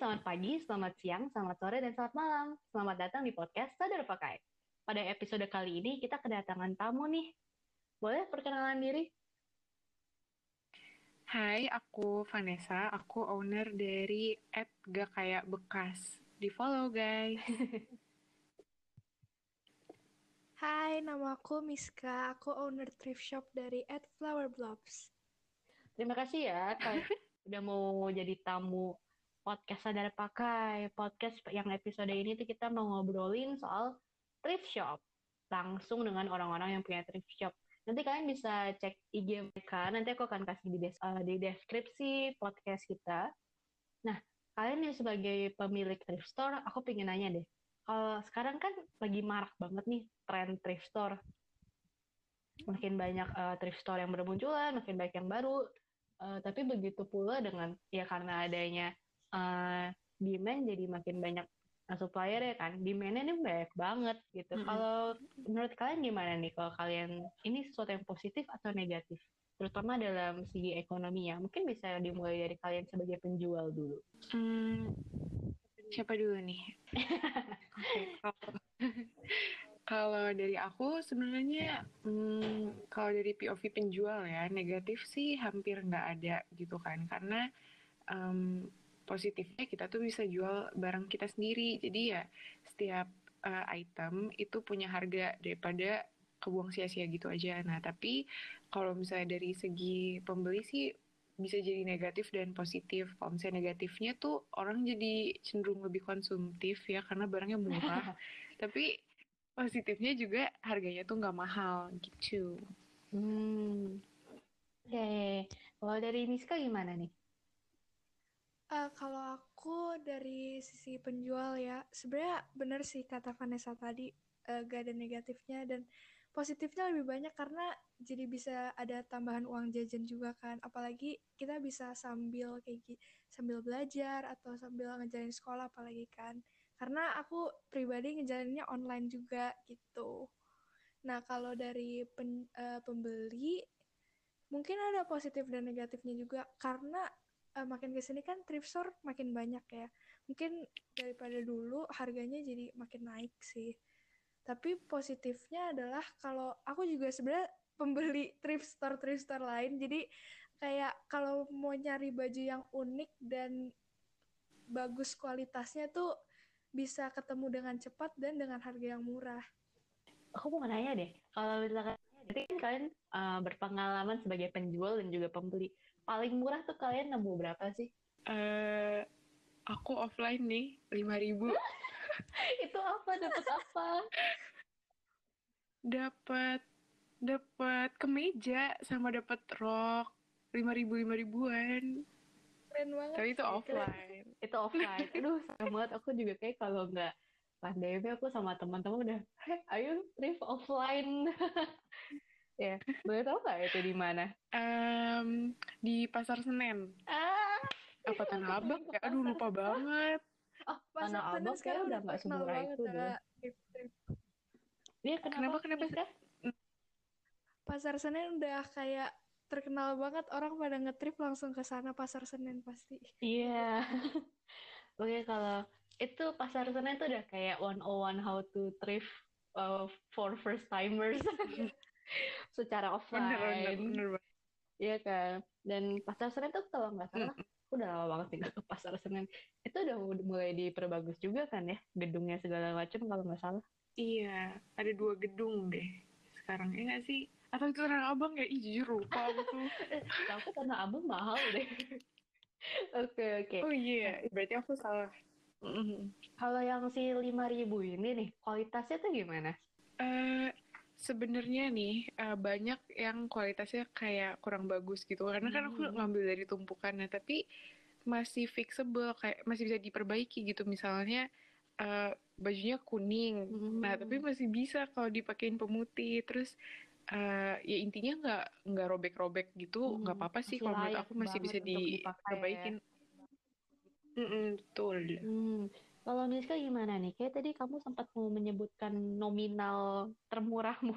selamat pagi, selamat siang, selamat sore, dan selamat malam. Selamat datang di podcast Sadar Pakai. Pada episode kali ini kita kedatangan tamu nih. Boleh perkenalan diri? Hai, aku Vanessa. Aku owner dari Gak Kayak Bekas. Di follow guys. Hai, nama aku Miska. Aku owner thrift shop dari Flower Blobs. Terima kasih ya kalian udah mau jadi tamu podcast Sadar Pakai. Podcast yang episode ini tuh kita mau ngobrolin soal thrift shop. Langsung dengan orang-orang yang punya thrift shop. Nanti kalian bisa cek IG mereka. Nanti aku akan kasih di deskripsi podcast kita. Nah, kalian yang sebagai pemilik thrift store, aku pengen nanya deh. Kalau sekarang kan lagi marak banget nih tren thrift store. Makin banyak thrift store yang bermunculan, makin banyak yang baru. Tapi begitu pula dengan, ya karena adanya demand jadi makin banyak supplier ya kan. Demand-nya ini banyak banget gitu. Mm-mm. Kalau menurut kalian gimana nih? Kalau kalian ini sesuatu yang positif atau negatif? Terutama dalam segi ekonominya. Mungkin bisa dimulai dari kalian sebagai penjual dulu. Hmm, siapa dulu nih? Oke, kalau dari aku sebenarnya kalau dari POV penjual ya negatif sih hampir nggak ada gitu kan karena em, positifnya kita tuh bisa jual barang kita sendiri jadi ya setiap item itu punya harga daripada kebuang sia-sia gitu aja. Nah tapi kalau misalnya dari segi pembeli sih bisa jadi negatif dan positif. Kalau misalnya negatifnya tuh orang jadi cenderung lebih konsumtif ya karena barangnya murah. Tapi positifnya juga harganya tuh nggak mahal gitu. Hmm, oke. Kalau dari Niska gimana nih? Kalau aku dari sisi penjual ya, sebenarnya benar sih kata Vanessa tadi, gak ada negatifnya dan positifnya lebih banyak karena jadi bisa ada tambahan uang jajan juga kan. Apalagi kita bisa sambil belajar atau sambil ngejalanin sekolah apalagi kan. Karena aku pribadi ngejalaninnya online juga gitu. Nah, kalau dari pembeli, mungkin ada positif dan negatifnya juga karena makin kesini kan thrift store makin banyak ya. Mungkin daripada dulu harganya jadi makin naik sih. Tapi positifnya adalah kalau aku juga sebenarnya pembeli thrift store lain. Jadi kayak kalau mau nyari baju yang unik dan bagus kualitasnya tuh bisa ketemu dengan cepat dan dengan harga yang murah. Aku mau nanya deh, kalau misalkan jadi kan kalian berpengalaman sebagai penjual dan juga pembeli, paling murah tuh kalian nemu berapa sih? eh aku offline nih 5.000 Itu apa? Dapat apa? dapat dapat kemeja sama dapat rok 5.000 5.000-an. Keren banget Tapi itu sih. offline. Itu offline. Aduh, sayang banget. Aku juga kayak kalau nggak pandemi aku sama teman-teman udah, hey, ayo thrift offline. Ya, boleh tahu nggak itu di mana? Di Pasar Senen. Ah, Apa aku Tanah Abang pengen ke ya? Aduh pasar. lupa banget. Oh, Pasar Tanah Senen Abang kayak sekarang udah udah nggak terkenal semurah banget itu deh. ya. Trip-trip. Dia kenapa, Kenapa Miska? Pasar Senen udah kayak terkenal banget orang pada ngetrip langsung ke sana Pasar Senen pasti. Iya. Oke, kalau itu pasar Senen itu udah kayak 101 how to thrift for first timers secara Bener bener offline, bener banget. iya kan? Dan pasar Senen tuh kalau nggak salah, Mm, aku udah lama banget tinggal ke pasar Senen. Itu udah mulai diperbagus juga kan ya, gedungnya segala macam kalau nggak salah. iya, ada 2 gedung deh sekarang ya nggak sih? Atau itu Tanah Abang ya? Ih jujur lupa aku tuh. Setahu aku Tanah Abang mahal deh. Oke, oke. Oh Nah, iya, berarti aku salah. Mm. kalau yang si 5.000 ini nih, kualitasnya tuh gimana? Eh, Sebenarnya nih banyak yang kualitasnya kayak kurang bagus gitu karena kan aku Hmm. ngambil dari tumpukannya tapi masih fixable kayak masih bisa diperbaiki gitu misalnya bajunya kuning nah tapi Hmm. masih bisa kalau dipakein pemutih terus ya intinya nggak robek-robek gitu nggak Hmm. apa-apa sih Masih kalau menurut layak aku masih banget bisa untuk dipakai ya. diperbaikin. Betul. Hmm, kalau Niska gimana nih? Kayak tadi kamu sempat mau menyebutkan nominal termurahmu.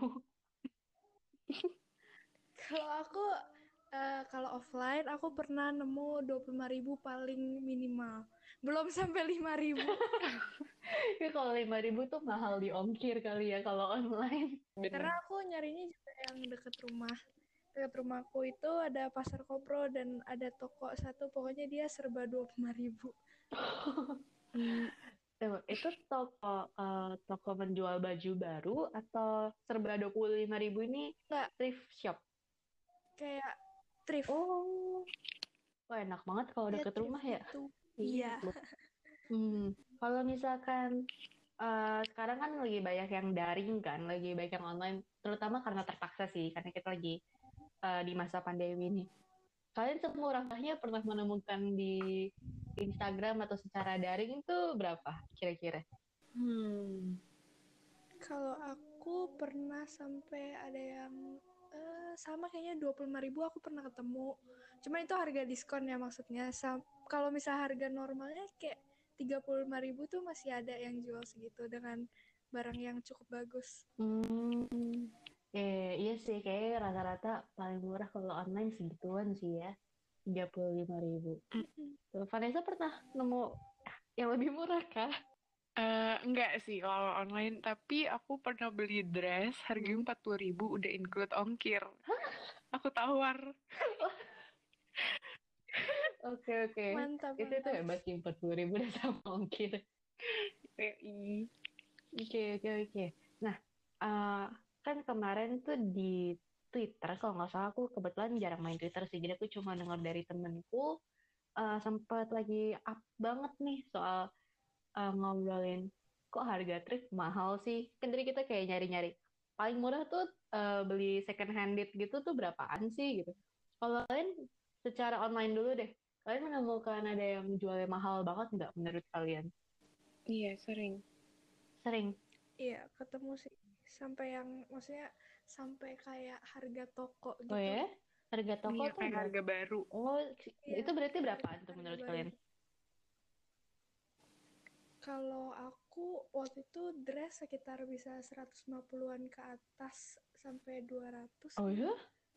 Kalau aku kalau offline aku pernah nemu 25.000 paling minimal. belum sampai 5.000. Ya kalau 5.000 tuh mahal di ongkir kali ya kalau online. Karena Bener. aku nyarinya juga yang deket rumah. Deket rumahku itu ada pasar kopro dan ada toko satu, pokoknya dia serba 25.000. Hmm, Itu toko menjual baju baru atau serba 25.000 ini Nggak, thrift shop? kayak thrift. Oh, wah enak banget kalau Dia deket thrift rumah ya. gitu. Iya. Iya. Kalau misalkan sekarang kan lagi banyak yang daring kan, lagi banyak yang online, terutama karena terpaksa sih, karena kita lagi di masa pandemi ini. Kalian semua orangnya pernah menemukan di Instagram atau secara daring itu berapa kira-kira? hmm. Kalau aku pernah sampai ada yang sama kayaknya 25.000 aku pernah ketemu. Cuma itu harga diskon ya maksudnya. Kalau misal harga normalnya kayak 35.000 tuh masih ada yang jual segitu dengan barang yang cukup bagus. Hmm, iya sih, kayak rata-rata paling murah kalau online segituan sih ya, 35.000. Tuh, Vanessa pernah nemu yang lebih murah kah? Enggak sih kalau online, tapi aku pernah beli dress harganya Hmm. 40.000 udah include ongkir. Aku tawar. Oke, oke. Mantap, Itu mantap. hebat sih, 40.000 udah sama ongkir. PI. Oke, oke, oke. Nah, eh, kan kemarin tuh di Twitter, kalau nggak salah aku kebetulan jarang main Twitter sih, jadi aku cuma dengar dari temenku, sempat lagi up banget nih soal ngobrolin kok harga thrift mahal sih. Kan tadi kita kayak nyari-nyari. Paling murah tuh beli second handed gitu tuh berapaan sih gitu. Kalau kalian secara online dulu deh, kalian menemukan ada yang jualnya mahal banget nggak menurut kalian? Iya, sering. Sering. Iya, ketemu sih. Sampai yang maksudnya sampai kayak harga toko Oh gitu. ya? Harga toko Iya, tuh kayak berapa? harga baru. Oh, Iya, itu berarti kayak berapaan tuh harga menurut baru kalian? gitu. Kalau aku waktu itu dress sekitar bisa 150-an ke atas sampai 200 Oh kayaknya. ya?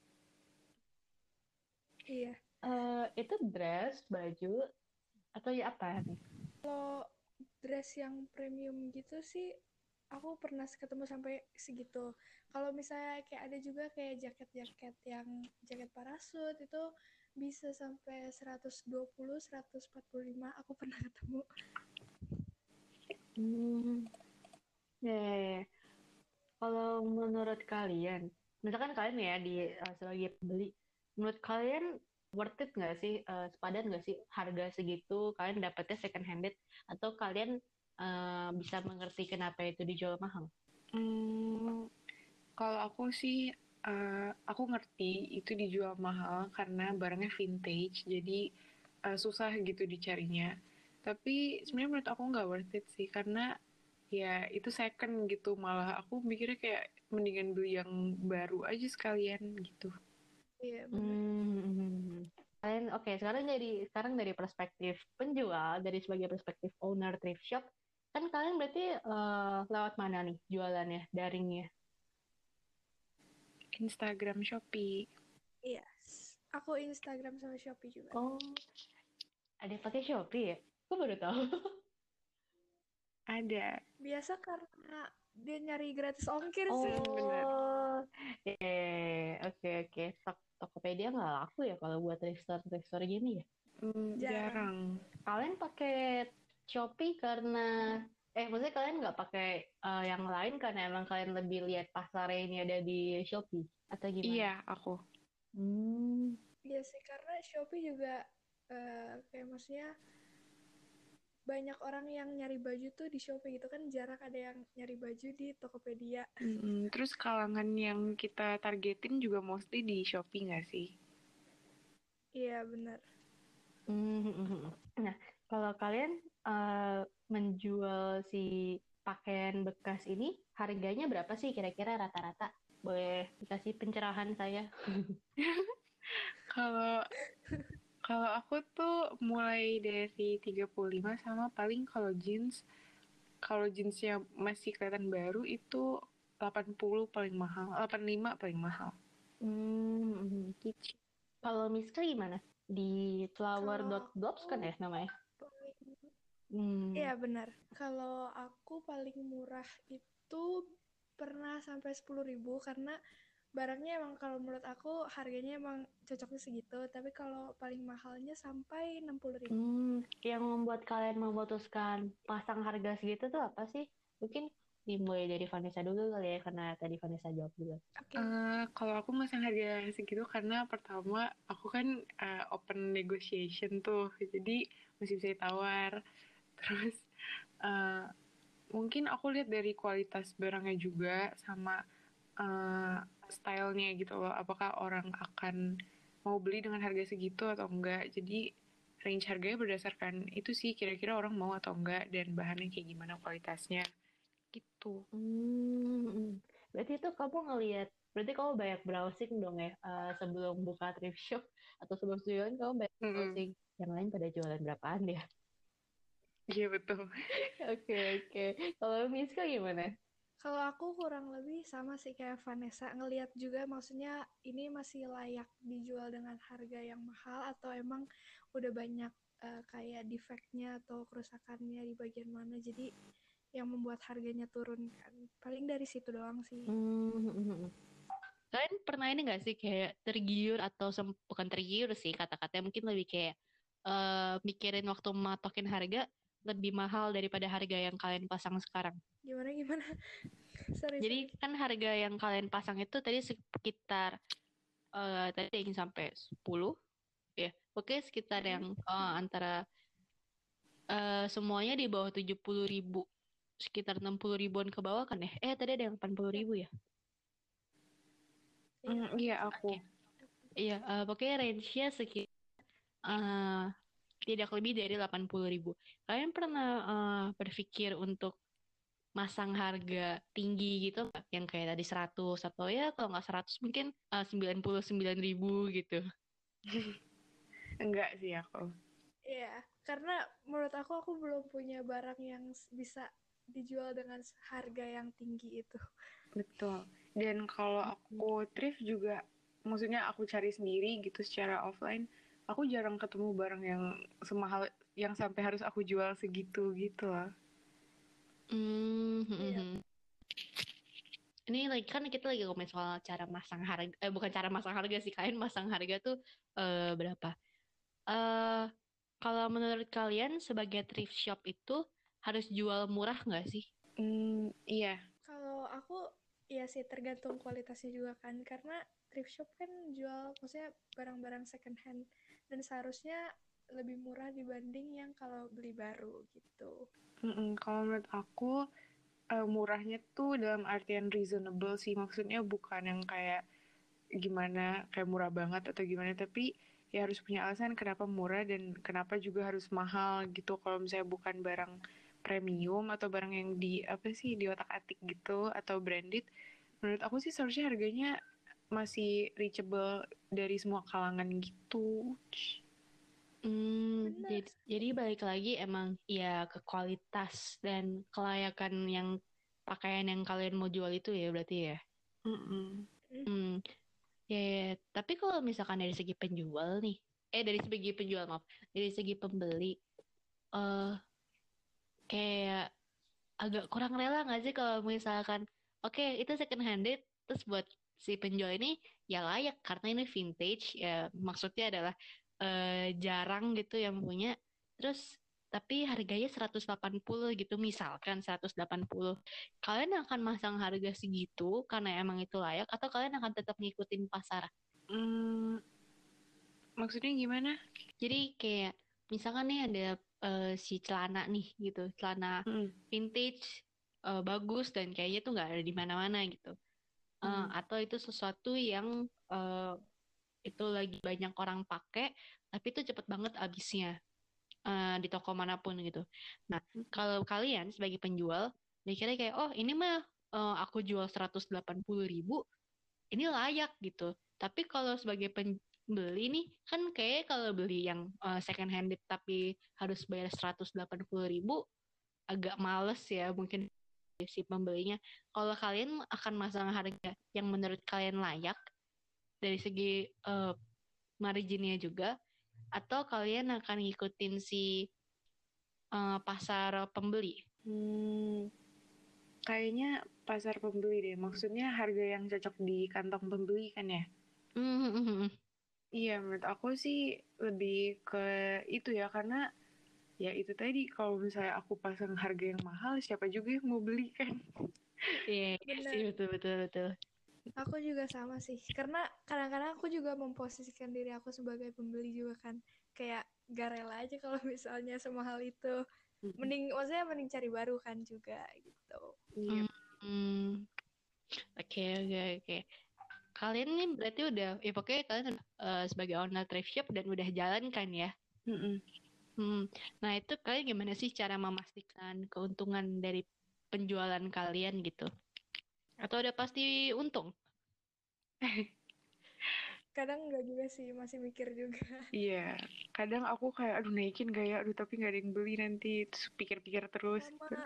Iya. Itu dress, baju, atau ya apa nih? Kalau dress yang premium gitu sih aku pernah ketemu sampai segitu. Kalau misalnya kayak ada juga kayak jaket-jaket yang jaket parasut itu bisa sampai 120, 145 aku pernah ketemu. Hmm, ya, ya, ya. Kalau menurut kalian, misalkan kalian ya sebagai pembeli, menurut kalian worth it nggak sih, sepadan nggak sih harga segitu kalian dapetnya second handed, atau kalian bisa mengerti kenapa itu dijual mahal? Hmm, kalau aku sih, aku ngerti itu dijual mahal karena barangnya vintage, jadi susah gitu dicarinya. Tapi sebenarnya menurut aku nggak worth it sih, karena ya itu second gitu. Malah aku mikirnya kayak mendingan beli yang baru aja sekalian gitu. Iya bener. Hmm, kalian oke, sekarang dari perspektif penjual, dari sebagai perspektif owner thrift shop, kan kalian berarti lewat mana nih jualannya, daringnya? Instagram, Shopee. Iya. Aku Instagram sama Shopee juga. Oh, ada yang pakai Shopee ya? Aku baru tahu. Ada. Biasa karena dia nyari gratis ongkir sih. Bener. Oh, oke, oke. Tokopedia nggak laku ya kalau buat thrift store gini ya? Jarang. Jarang. Kalian pakai Shopee karena, maksudnya kalian nggak pakai yang lain karena emang kalian lebih lihat pasarnya ini ada di Shopee atau gimana? Iya, aku. Hmm, Iya sih karena Shopee juga kayak maksudnya banyak orang yang nyari baju tuh di Shopee gitu kan jarang ada yang nyari baju di Tokopedia. Terus kalangan yang kita targetin juga mostly di Shopee nggak sih? Iya benar. hmm. Nah, kalau kalian menjual si pakaian bekas ini, harganya berapa sih kira-kira rata-rata? Boleh dikasih pencerahan saya? Kalau kalau aku tuh mulai dari 35 sama paling kalau jeansnya masih kelihatan baru itu 80 paling mahal, 85 paling mahal. Hmm, Gitu. kalau Miska gimana? Di Kalau flower.blobs aku kan ya namanya? Hmm. Iya benar. Kalau aku paling murah itu pernah sampai 10.000 karena barangnya emang kalau menurut aku harganya emang cocoknya segitu. Tapi kalau paling mahalnya sampai 60.000. Yang membuat kalian memutuskan pasang harga segitu tuh apa sih? Mungkin dimulai dari Vanessa dulu kali ya, karena tadi Vanessa jawab dulu. Oke. Kalau aku masang harga segitu karena pertama aku kan open negotiation tuh, jadi masih bisa ditawar. Terus uh, mungkin aku lihat dari kualitas barangnya juga sama uh, stylenya gitu loh. Apakah orang akan mau beli dengan harga segitu atau enggak? Jadi range harganya berdasarkan itu sih kira-kira orang mau atau enggak dan bahannya kayak gimana kualitasnya gitu. Berarti itu kamu berarti kamu banyak browsing dong ya, sebelum buka thrift shop atau sebelum jualan kamu banyak Mm-mm. browsing. Yang lain pada jualan berapaan ya? Iya betul. Oke, oke. Kalau Miska gimana? Kalau aku kurang lebih sama sih kayak Vanessa, ngelihat juga maksudnya ini masih layak dijual dengan harga yang mahal atau emang udah banyak kayak defeknya atau kerusakannya di bagian mana, jadi yang membuat harganya turun kan. Paling dari situ doang sih. Hmm. Kalian pernah ini nggak sih kayak tergiur atau bukan tergiur sih kata-katanya, mungkin lebih kayak mikirin waktu matokin harga lebih mahal daripada harga yang kalian pasang sekarang. Gimana gimana? Sorry Jadi sorry. kan harga yang kalian pasang itu tadi sekitar tadi yang sampai 10 ya. Oke, sekitar Mm-mm. yang antara semuanya di bawah 70.000, sekitar 60 ribuan ke bawah kan ya? Tadi ada yang 80.000 ya? Iya. Iya aku. Iya, pokoknya range-nya sekitar tidak lebih dari 80.000. Kalian pernah berpikir untuk masang harga tinggi gitu nggak? Yang kayak tadi 100 atau ya kalau nggak 100 mungkin 99.000 gitu. Enggak sih aku. Iya, karena menurut aku belum punya barang yang bisa dijual dengan harga yang tinggi itu. Betul. Dan kalau aku thrift juga, maksudnya aku cari sendiri gitu secara offline, aku jarang ketemu barang yang semahal yang sampai harus aku jual segitu gitu lah. Iya. Hmm. Ini lagi kan kita lagi ngomongin soal cara masang harga, bukan cara masang harga sih, kalian masang harga tuh berapa? eh Kalau menurut kalian sebagai thrift shop itu harus jual murah nggak sih? Iya. Kalau aku ya sih tergantung kualitasnya juga kan, karena thrift shop kan jual maksudnya barang-barang second hand dan seharusnya lebih murah dibanding yang kalau beli baru gitu. Kalau menurut aku murahnya tuh dalam artian reasonable sih, maksudnya bukan yang kayak gimana kayak murah banget atau gimana, tapi ya harus punya alasan kenapa murah dan kenapa juga harus mahal gitu. Kalau misalnya bukan barang premium atau barang yang di apa sih di otak atik gitu atau branded, menurut aku sih seharusnya harganya masih reachable dari semua kalangan gitu. Bener. Jadi balik lagi emang ya ke kualitas dan kelayakan yang pakaian yang kalian mau jual itu ya berarti ya. Mm-mm. Mm. Hmm, ya. Tapi kalau misalkan dari segi penjual nih, dari segi penjual maaf, dari segi pembeli, eh kayak agak kurang rela nggak sih kalau misalkan, oke itu second handed, terus buat si penjual ini ya layak karena ini vintage, ya maksudnya adalah jarang gitu yang punya, terus tapi harganya 180 gitu, misalkan 180, kalian akan masang harga segitu karena emang itu layak atau kalian akan tetap ngikutin pasar? Hmm, maksudnya gimana? Jadi kayak misalkan nih ada si celana nih gitu, celana Mm-mm. vintage bagus dan kayaknya tuh nggak ada di mana-mana gitu. Mm-mm. Atau itu sesuatu yang itu lagi banyak orang pakai, tapi itu cepet banget habisnya di toko manapun gitu. Nah, kalau kalian sebagai penjual mikirnya kayak, oh ini mah aku jual 180.000, ini layak gitu. Tapi kalau sebagai pembeli nih, kan kayak kalau beli yang second handed tapi harus bayar 180.000, agak males ya mungkin si pembelinya. Kalau kalian akan masang harga yang menurut kalian layak dari segi marginnya juga, atau kalian akan ngikutin si pasar pembeli? Kayaknya pasar pembeli deh. Maksudnya harga yang cocok di kantong pembeli kan ya? Iya, menurut aku sih lebih ke itu ya, karena ya itu tadi, kalau misalnya aku pasang harga yang mahal, siapa juga yang mau beli kan? Iya sih, Bener. betul. Aku juga sama sih. Karena kadang-kadang aku juga memposisikan diri aku sebagai pembeli juga kan. Kayak gak rela aja kalau misalnya semahal itu. Maksudnya mending cari baru kan juga gitu. Iya. Oke. Kalian nih berarti udah, ya pokoknya kalian sebagai owner thrift shop dan udah jalan kan ya? Mm-mm. Nah itu kalian gimana sih cara memastikan keuntungan dari penjualan kalian gitu? Atau udah pasti untung? Kadang enggak juga sih, masih mikir juga. Iya, kadang aku kayak, aduh naikin gak ya, aduh tapi gak ada yang beli nanti, terus pikir-pikir terus gitu.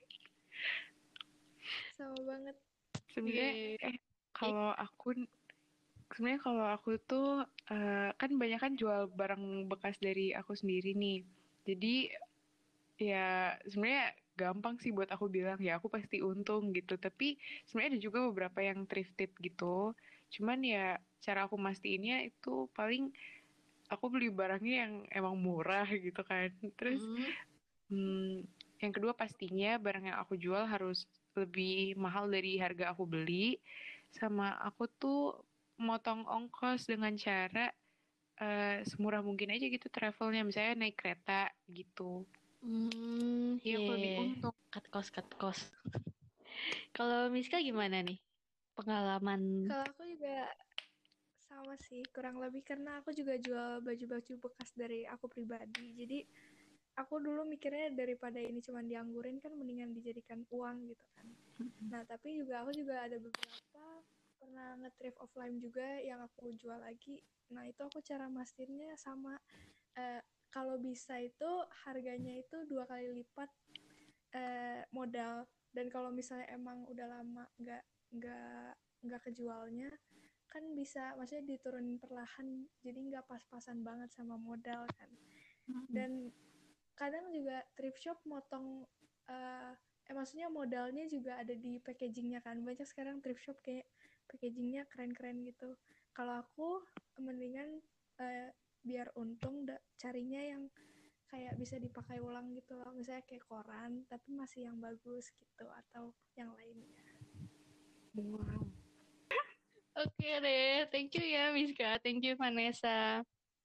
Sama banget. Sebenarnya, kalau aku, sebenarnya kalau aku tuh, kan banyak kan jual barang bekas dari aku sendiri nih. Jadi, ya sebenarnya gampang sih buat aku bilang, ya aku pasti untung gitu. Tapi sebenarnya ada juga beberapa yang thrifted gitu. Cuman ya, cara aku mastiinnya itu paling aku beli barangnya yang emang murah gitu kan. Terus yang kedua pastinya barang yang aku jual harus lebih mahal dari harga aku beli. Sama aku tuh motong ongkos dengan cara semurah mungkin aja gitu travelnya. Misalnya naik kereta gitu. Iya aku lebih untung. Cut cost. Kalau Miska gimana nih pengalaman? Kalau aku juga sama sih, kurang lebih karena aku juga jual baju-baju bekas dari aku pribadi. Jadi aku dulu mikirnya daripada ini cuma dianggurin kan mendingan dijadikan uang gitu kan. Nah, tapi aku juga ada beberapa pernah nge-thrift offline juga yang aku jual lagi. Nah, itu aku cara mastirnya sama kalau bisa itu harganya itu 2 kali lipat modal, dan kalau misalnya emang udah lama nggak kejualnya kan bisa maksudnya diturunin perlahan, jadi nggak pas-pasan banget sama modal kan. Dan kadang juga thrift shop motong maksudnya modalnya juga ada di packagingnya kan, banyak sekarang thrift shop kayak packagingnya keren-keren gitu. Kalau aku mendingan biar untung carinya yang kayak bisa dipakai ulang gitu loh, misalnya kayak koran tapi masih yang bagus gitu atau yang lainnya. Wow. Oke deh, thank you ya Miska, thank you Vanessa.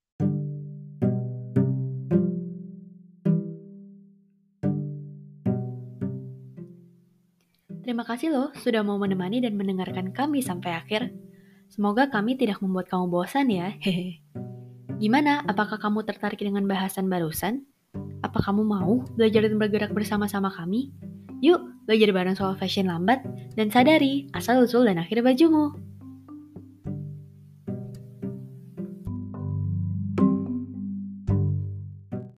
Terima kasih loh sudah mau menemani dan mendengarkan kami sampai akhir. Semoga kami tidak membuat kamu bosan ya. Hehe. Gimana? Apakah kamu tertarik dengan bahasan barusan? Apa kamu mau belajar dan bergerak bersama-sama kami? Yuk, belajar bareng soal fashion lambat dan sadari asal-usul dan akhir bajumu.